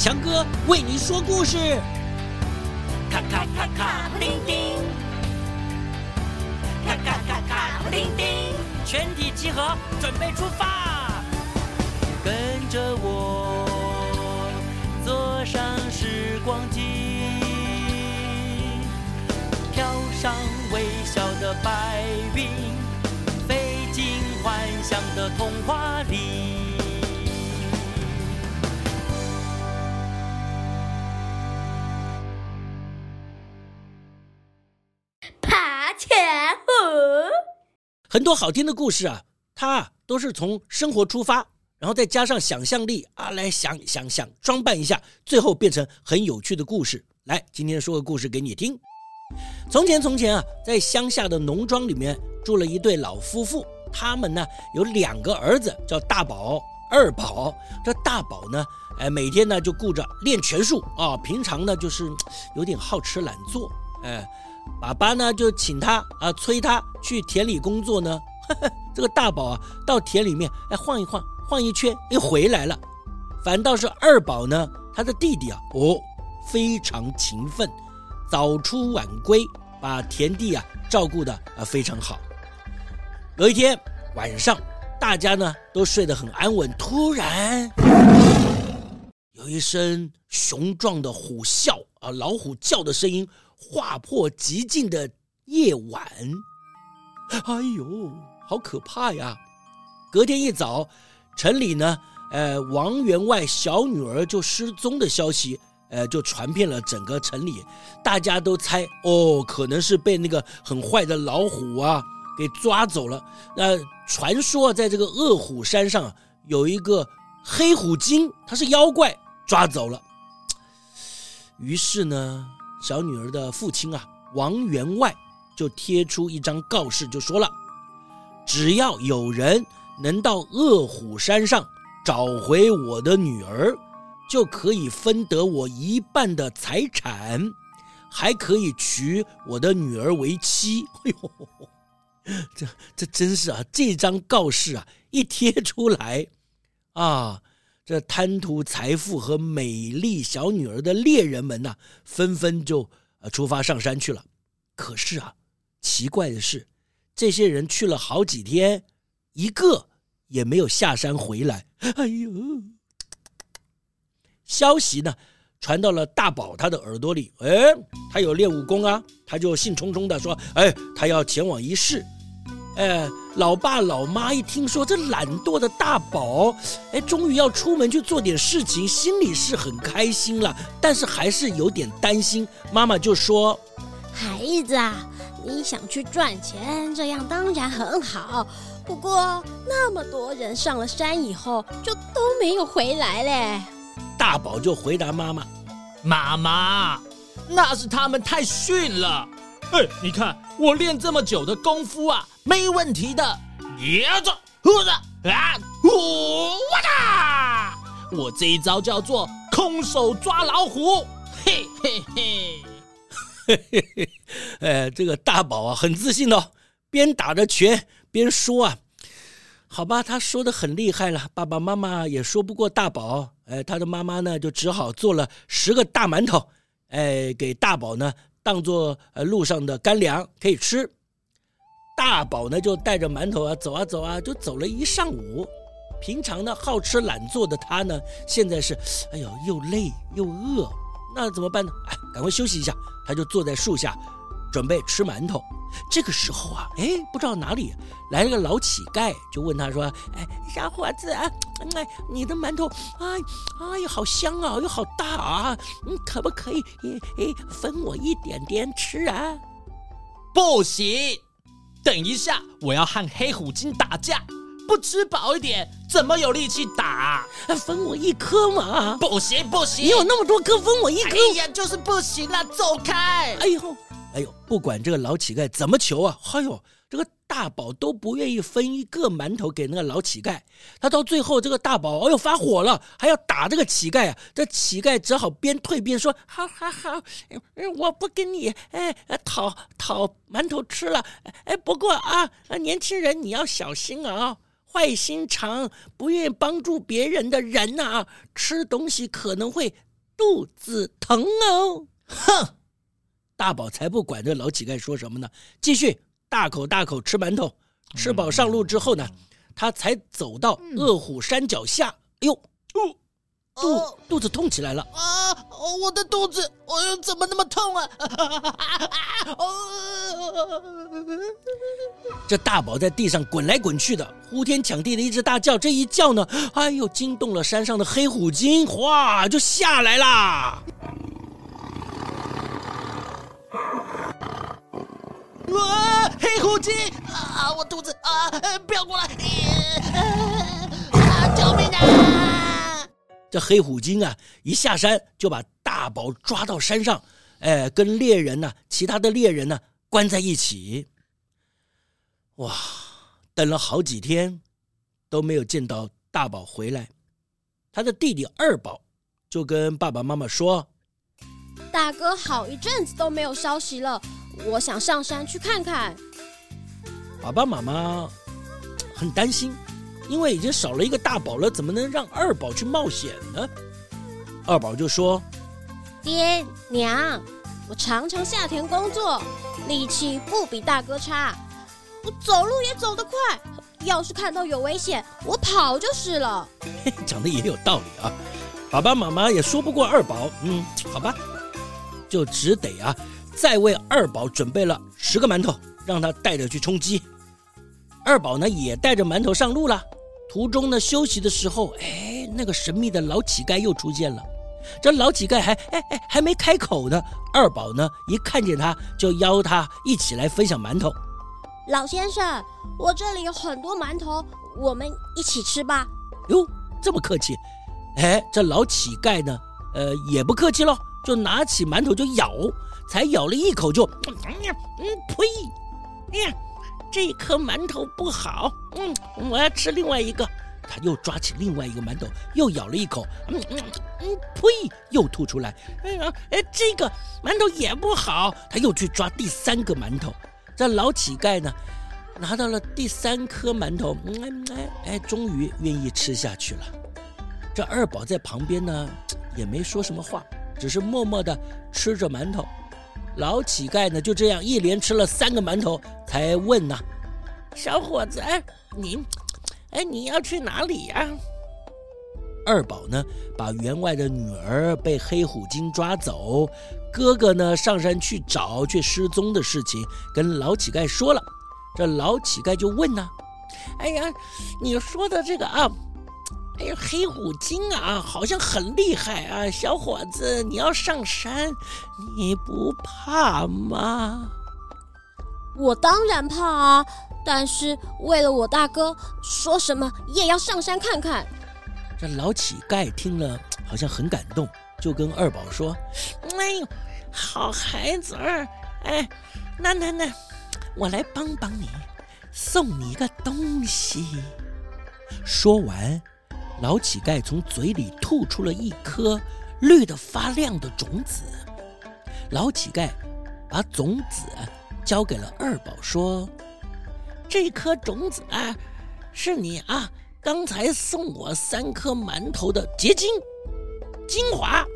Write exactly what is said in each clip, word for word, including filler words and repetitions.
强哥为你说故事。 咔咔咔咔布丁丁，咔咔咔咔布丁丁， 全体集合，准备出发。跟着我，坐上时光机，飘上微笑的白云，飞进幻想的童话里。 爬前湖， 很多好听的故事啊，它、啊、都是从生活出发，然后再加上想象力啊，来想想想装扮一下，最后变成很有趣的故事。来，今天说个故事给你听。从前从前啊，在乡下的农庄里面住了一对老夫妇，他们呢有两个儿子，叫大宝、二宝。这大宝呢，哎，每天呢就顾着练拳术啊，平常呢就是有点好吃懒做，哎。爸爸呢就请他啊，催他去田里工作呢。呵呵，这个大宝啊，到田里面哎晃一晃，晃一圈又回来了。反倒是二宝呢，他的弟弟啊，哦，非常勤奋，早出晚归，把田地啊照顾得啊非常好。有一天晚上，大家呢都睡得很安稳，突然有一声雄壮的虎啸啊，老虎叫的声音。划破寂静的夜晚，哎呦，好可怕呀！隔天一早，城里呢，呃，王员外小女儿就失踪的消息，呃，就传遍了整个城里。大家都猜，哦，可能是被那个很坏的老虎啊给抓走了。那、呃、传说在这个恶虎山上有一个黑虎精，它是妖怪，抓走了。于是呢。小女儿的父亲啊，王员外就贴出一张告示，就说了，只要有人能到恶虎山上找回我的女儿，就可以分得我一半的财产，还可以娶我的女儿为妻。哎呦，这这真是啊，这张告示啊一贴出来啊，这贪图财富和美丽小女儿的猎人们呐、啊，纷纷就、呃、出发上山去了。可是啊，奇怪的是，这些人去了好几天，一个也没有下山回来。哎呦，消息呢传到了大宝他的耳朵里，哎，他有练武功啊，他就兴冲冲的说，哎，他要前往一试。哎，老爸老妈一听说这懒惰的大宝，哎，终于要出门去做点事情，心里是很开心了，但是还是有点担心。妈妈就说：“ 孩子啊，你想去赚钱，这样当然很好。不过那么多人上了山以后，就都没有回来嘞。” 大宝就回答妈妈：“ 妈妈，那是他们太逊了。哎，你看我练这么久的功夫啊，没问题的。耶着，呼着啊，呼哇哒！我这一招叫做空手抓老虎，嘿嘿嘿， 嘿嘿嘿。哎，这个大宝啊，很自信哦，边打着拳边说啊，好吧，他说的很厉害了，爸爸妈妈也说不过大宝。哎，他的妈妈呢，就只好做了十个大馒头，哎，给大宝呢。当作呃路上的干粮可以吃。大宝呢就带着馒头啊走啊走啊，就走了一上午。平常呢好吃懒做的他呢，现在是哎呦又累又饿，那怎么办呢？哎，赶快休息一下，他就坐在树下准备吃馒头。这个时候啊，哎，不知道哪里来了个老乞丐，就问他说：“哎，小伙子啊，哎，你的馒头，哎，哎，好香啊，又好大啊，你可不可以，哎，分我一点点吃啊？” 不行，等一下，我要和黑虎精打架，不吃饱一点，怎么有力气打？ 分我一颗嘛！ 不行不行， 你有那么多颗，分我一颗！ 哎呀，就是不行啦，走开！ 哎呦！哎呦，不管这个老乞丐怎么求啊，哎呦，这个大宝都不愿意分一个馒头给那个老乞丐。他到最后，这个大宝哎呦发火了，还要打这个乞丐啊。这乞丐只好边退边说：“好好好，我不跟你哎讨讨馒头吃了。哎，不过啊，年轻人你要小心啊。”坏心肠、不愿意帮助别人的人啊，吃东西可能会肚子疼哦。 哼！ 大宝才不管这老乞丐说什么呢，继续大口大口吃馒头。吃饱上路之后呢，他才走到恶虎山脚下。哎呦，哦、肚、哦、肚子痛起来了啊！我的肚子，哎呦，怎么那么痛啊？ 这大宝在地上滚来滚去的，呼天抢地的一直大叫。这一叫呢，哎呦，惊动了山上的黑虎精，哗就下来啦。 哇！黑虎精啊！我肚子啊！不要过来！啊！救命啊！ 这黑虎精啊，一下山就把大宝抓到山上，哎，跟猎人呢、啊，其他的猎人呢、啊，关在一起。哇！等了好几天，都没有见到大宝回来。他的弟弟二宝就跟爸爸妈妈说：“ 大哥好一阵子都没有消息了。”我想上山去看看。 爸爸妈妈很担心，因为已经少了一个大宝了，怎么能让二宝去冒险呢？二宝就说：“ 爹娘，我常常下田工作，力气不比大哥差，我走路也走得快。要是看到有危险，我跑就是了。” 讲的也有道理啊。爸爸妈妈也说不过二宝，嗯，好吧，就只得啊。再为二宝准备了十个馒头，让他带着去充饥。二宝呢也带着馒头上路了。途中呢休息的时候，哎，那个神秘的老乞丐又出现了。这老乞丐还哎哎还没开口呢，二宝呢一看见他就邀他一起来分享馒头。 老先生，我这里有很多馒头，我们一起吃吧。 哟，这么客气。哎，这老乞丐呢，呃，也不客气咯，就拿起馒头就咬。才咬了一口就，嗯呸！哎呀，这颗馒头不好，嗯，我要吃另外一个。他又抓起另外一个馒头，又咬了一口，嗯嗯嗯，呸！又吐出来。哎呀，哎，这个馒头也不好。他又去抓第三个馒头。这老乞丐呢，拿到了第三颗馒头，嗯哎哎，终于愿意吃下去了。这二宝在旁边呢，也没说什么话，只是默默地吃着馒头。老乞丐呢，就这样一连吃了三个馒头，才问呢、啊：“小伙子，你，哎，你要去哪里呀、啊？”二宝呢，把员外的女儿被黑虎精抓走，哥哥呢上山去找却失踪的事情，跟老乞丐说了。这老乞丐就问呢、啊：“哎呀，你说的这个啊。”哎呀，黑虎精啊，好像很厉害啊！小伙子，你要上山，你不怕吗？ 我当然怕啊，但是为了我大哥，说什么也要上山看看。 这老乞丐听了，好像很感动，就跟二宝说：“哎呦，好孩子儿，哎，那那那，我来帮帮你，送你一个东西。”说完。老乞丐从嘴里吐出了一颗绿得发亮的种子。老乞丐把种子交给了二宝，说：“这颗种子啊，是你啊刚才送我三颗馒头的结晶精华，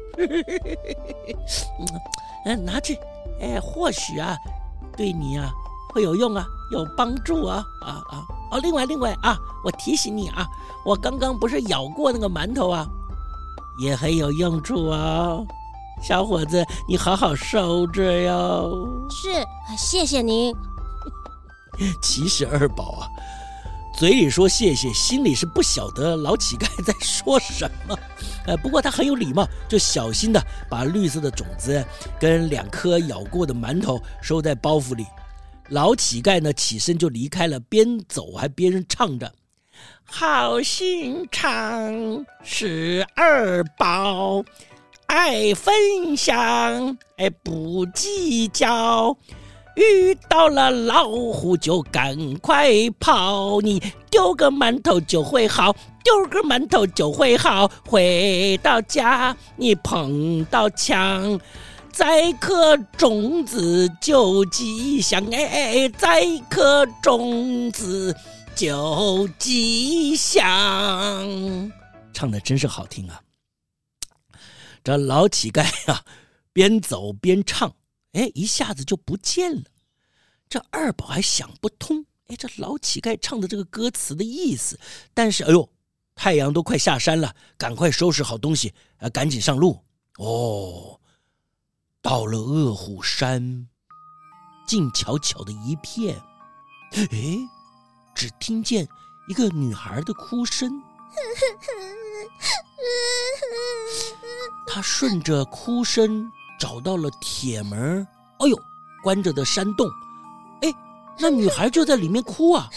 嗯，拿去，哎，或许啊，对你啊会有用啊，有帮助啊，啊啊哦，另外另外啊，我提醒你啊。”我刚刚不是咬过那个馒头啊，也很有用处啊，小伙子，你好好收着哟。 是，谢谢您。 其实二宝啊，嘴里说谢谢，心里是不晓得老乞丐在说什么。呃，不过他很有礼貌，就小心的把绿色的种子跟两颗咬过的馒头收在包袱里。老乞丐呢，起身就离开了，边走还边唱着。好心肠是二宝，爱分享，哎不计较。遇到了老虎就赶快跑，你丢个馒头就会好，丢个馒头就会好。回到家你碰到墙，栽颗种子就吉祥，哎，栽颗种子就吉祥。唱的真是好听啊。 这老乞丐啊，边走边唱，哎，一下子就不见了。这二宝还想不通，哎，这老乞丐唱的这个歌词的意思。但是，哎呦，太阳都快下山了，赶快收拾好东西，啊，赶紧上路。哦，到了恶虎山，静悄悄的一片，哎，只听见一个女孩的哭声。他顺着哭声找到了铁门，哎呦，关着的山洞，哎，那女孩就在里面哭啊！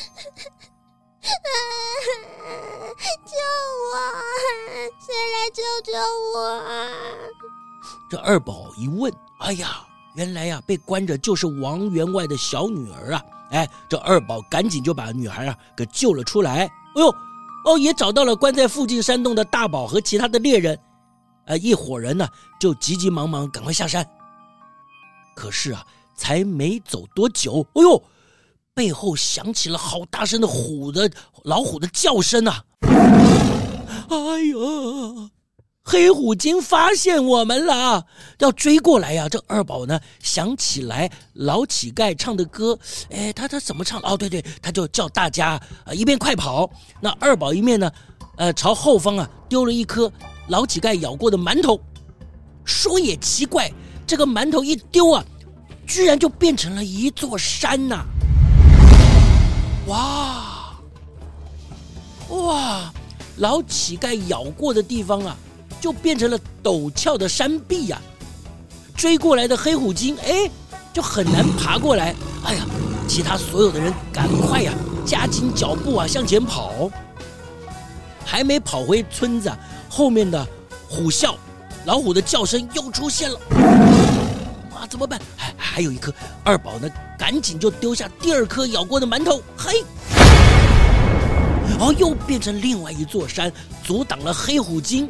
救我！谁来救救我啊？ 这二宝一问，哎呀，原来呀、啊、被关着就是王员外的小女儿啊！哎，这二宝赶紧就把女孩啊给救了出来。哎呦，哦，也找到了关在附近山洞的大宝和其他的猎人，呃，一伙人呢就急急忙忙赶快下山。可是啊，才没走多久，哎呦，背后响起了好大声的虎的老虎的叫声啊！哎呀，黑虎精发现我们了，要追过来呀、啊！这二宝呢想起来老乞丐唱的歌，哎，他他怎么唱？哦，对对，他就叫大家啊一边快跑。那二宝一面呢，呃，朝后方啊丢了一颗老乞丐咬过的馒头。说也奇怪，这个馒头一丢啊，居然就变成了一座山呐、啊！哇哇！老乞丐咬过的地方啊，就变成了陡峭的山壁呀、啊。追过来的黑虎精，哎，就很难爬过来。哎呀，其他所有的人赶快呀、啊，加紧脚步啊，向前跑。还没跑回村子啊，后面的虎啸、老虎的叫声又出现了。啊，怎么办？还还有一颗，二宝呢，赶紧就丢下第二颗咬过的馒头，嘿。哦，又变成另外一座山，阻挡了黑虎精。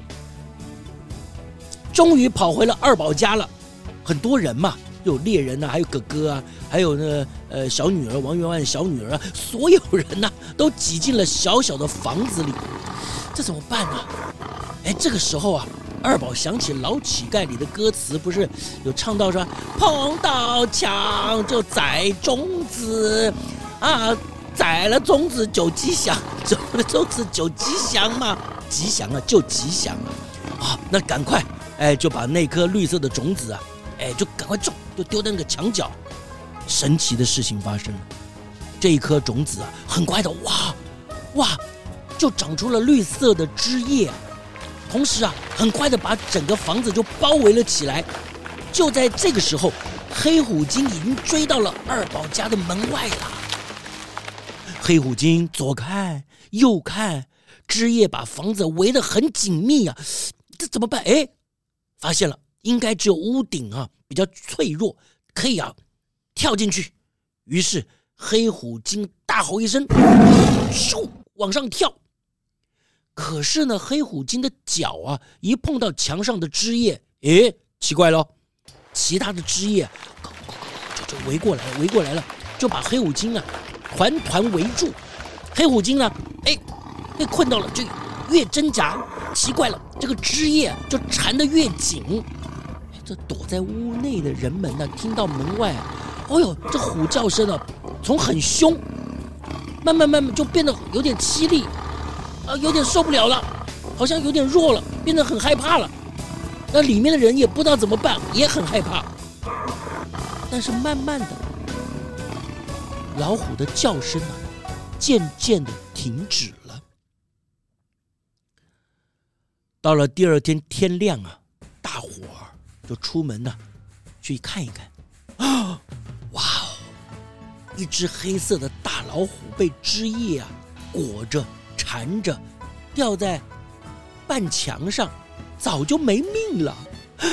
终于跑回了二宝家了，很多人嘛，有猎人啊，还有哥哥啊，还有呢，呃，小女儿王员外的小女儿啊，所有人呐、啊，都挤进了小小的房子里。这怎么办呢、啊？哎，这个时候啊，二宝想起老乞丐里的歌词，不是有唱到说碰到墙就栽种子啊。宰了粽子就吉祥，怎么粽子就吉祥嘛？吉祥啊，就吉祥啊！啊，那赶快，哎，就把那颗绿色的种子啊，哎，就赶快种，就丢在那个墙角。神奇的事情发生了，这一颗种子啊，很快的，哇哇，就长出了绿色的枝叶、啊，同时啊，很快的把整个房子就包围了起来。就在这个时候，黑虎精已经追到了二宝家的门外了。黑虎精左看右看，枝叶把房子围得很紧密啊，这怎么办？哎，发现了，应该只有屋顶啊比较脆弱，可以啊跳进去。于是黑虎精大吼一声，咻往上跳。可是呢，黑虎精的脚啊一碰到墙上的枝叶，哎，奇怪咯，其他的枝叶就就围过来了，围过来了，就把黑虎精啊团团围住。黑虎精呢，哎，被困到了，就越挣扎，奇怪了，这个枝叶就缠得越紧。这躲在屋内的人们呢，听到门外啊，哦呦，这虎叫声啊，从很凶，慢慢慢慢就变得有点凄厉，啊，有点受不了了，好像有点弱了，变得很害怕了。那里面的人也不知道怎么办，也很害怕。但是慢慢的，老虎的叫声啊，渐渐的停止了。到了第二天天亮啊，大伙儿就出门呢、啊，去看一看。啊，哇哦！一只黑色的大老虎被枝叶啊裹着、缠着，吊在半墙上，早就没命了。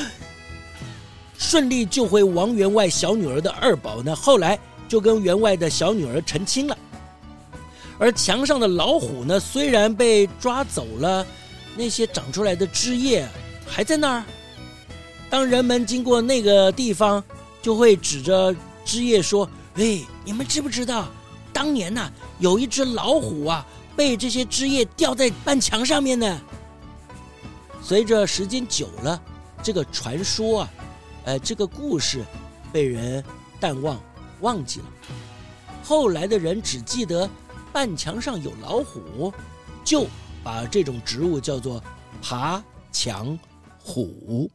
顺利救回王员外小女儿的二宝呢，后来就跟员外的小女儿成亲了。而墙上的老虎呢，虽然被抓走了，那些长出来的枝叶还在那儿。当人们经过那个地方，就会指着枝叶说：“哎，你们知不知道，当年呐、啊，有一只老虎啊，被这些枝叶吊在半墙上面呢？”随着时间久了， 这个传说啊，呃，这个故事被人淡忘忘记了。后来的人只记得半墙上有老虎，就把这种植物叫做爬墙虎。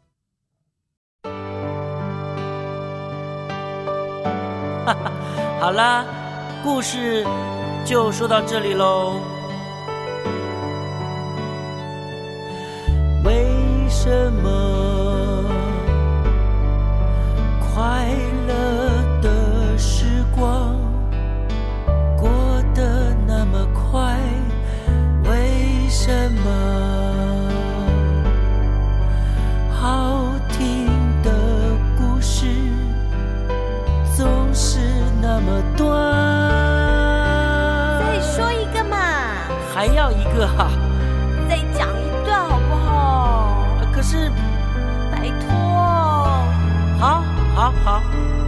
哈哈，好啦，故事就说到这里喽。为什么快乐的时光过得那么快？为什么好听的故事总是那么短？ 再说一个嘛， 还要一个啊？ 再讲一段好不好？ 可是， 拜托。 好，好，好。